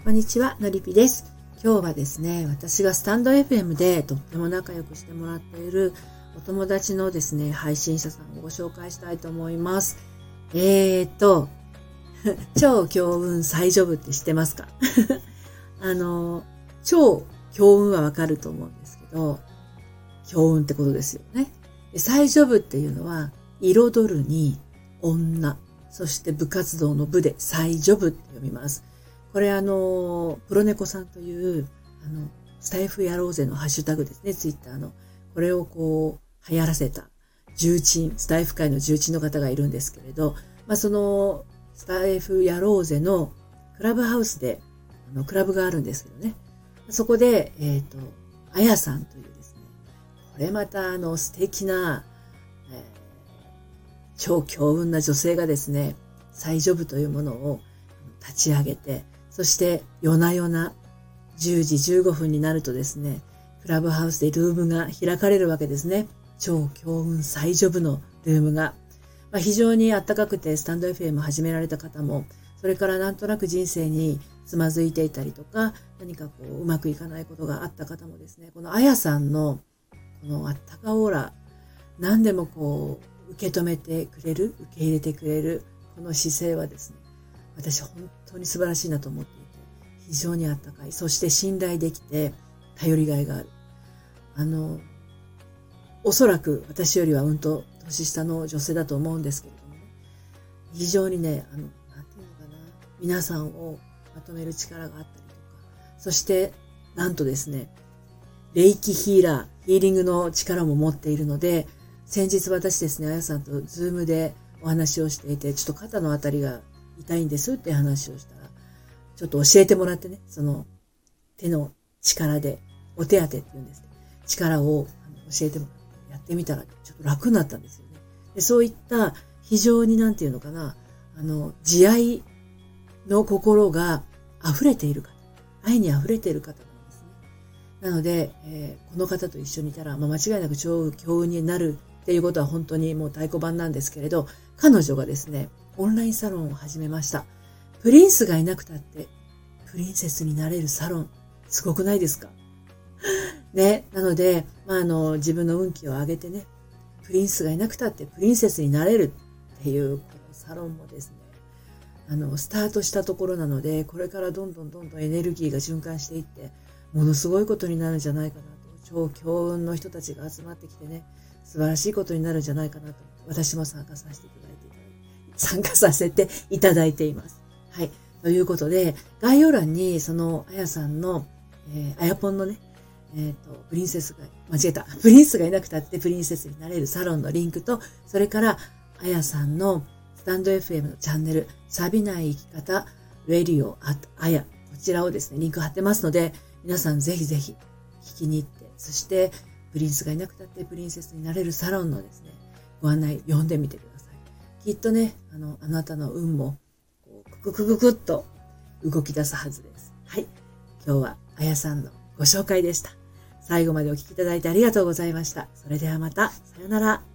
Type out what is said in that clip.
こんにちは、のりぴです。今日はですね、私がスタンド FM でとっても仲良くしてもらっているお友達のですね、配信者さんをご紹介したいと思います。超強運最ジョブって知ってますか？超強運はわかると思うんですけど、強運ってことですよね。最ジョブっていうのは、彩るに女、そして部活動の部で最ジョブって読みます。これプロネコさんという、スタイフやろうぜのハッシュタグですね、ツイッターの。これを流行らせた重鎮、スタイフ界の重鎮の方がいるんですけれど、その、スタイフやろうぜのクラブハウスで、クラブがあるんですけどね。そこで、あやさんというですね、これまた素敵な、超強運な女性がですね、最ジョブというものを立ち上げて、そして夜な夜な10時15分になるとですね、クラブハウスでルームが開かれるわけですね。超強運最ジョブのルームが。非常に暖かくてスタンド FM 始められた方も、それからなんとなく人生につまずいていたりとか、何かうまくいかないことがあった方もですね、このあやさんのこのあったかオーラ、何でも受け止めてくれる、受け入れてくれる、この姿勢はですね、私本当に素晴らしいなと思っていて、非常にあったかい。そして信頼できて、頼りがいがある。おそらく私よりはうんと年下の女性だと思うんですけれどもね、非常にね、なんていうのかな、皆さんをまとめる力があったりとか、そして、なんとですね、霊気ヒーラー、ヒーリングの力も持っているので、先日私ですね、あやさんとズームでお話をしていて、ちょっと肩のあたりが痛いんですって話をしたら、ちょっと教えてもらってね、その手の力で、お手当てって言うんですね。力を教えてもらってやってみたら、ちょっと楽になったんですよね。で、そういった非常になんていうのかな、慈愛の心が溢れている方、愛に溢れている方なんですね。なので、この方と一緒にいたら、間違いなく超強運になるっていうことは本当にもう太鼓判なんですけれど、彼女がですね、オンラインサロンを始めました。プリンスがいなくたって、プリンセスになれるサロン、すごくないですか？ね。なので、自分の運気を上げてね、プリンスがいなくたってプリンセスになれるっていう、このサロンもですね、スタートしたところなので、これからどんどんエネルギーが循環していって、ものすごいことになるんじゃないかなと、超強運の人たちが集まってきてね、素晴らしいことになるんじゃないかなと、私も参加させていただいています。はい。ということで、概要欄にそのあやさんの、あやぽんのね、プリンスがいなくたってプリンセスになれるサロンのリンクと、それからあやさんのスタンド FM のチャンネル、錆びない生き方、Radio at あや、こちらをですね、リンク貼ってますので、皆さんぜひぜひ聞きに行って、そしてプリンスがいなくたってプリンセスになれるサロンのですね、ご案内読んでみてください。きっとね、あなたの運もククっと動き出すはずです。はい。今日はあやさんのご紹介でした。最後までお聞きいただいてありがとうございました。それではまた。さよなら。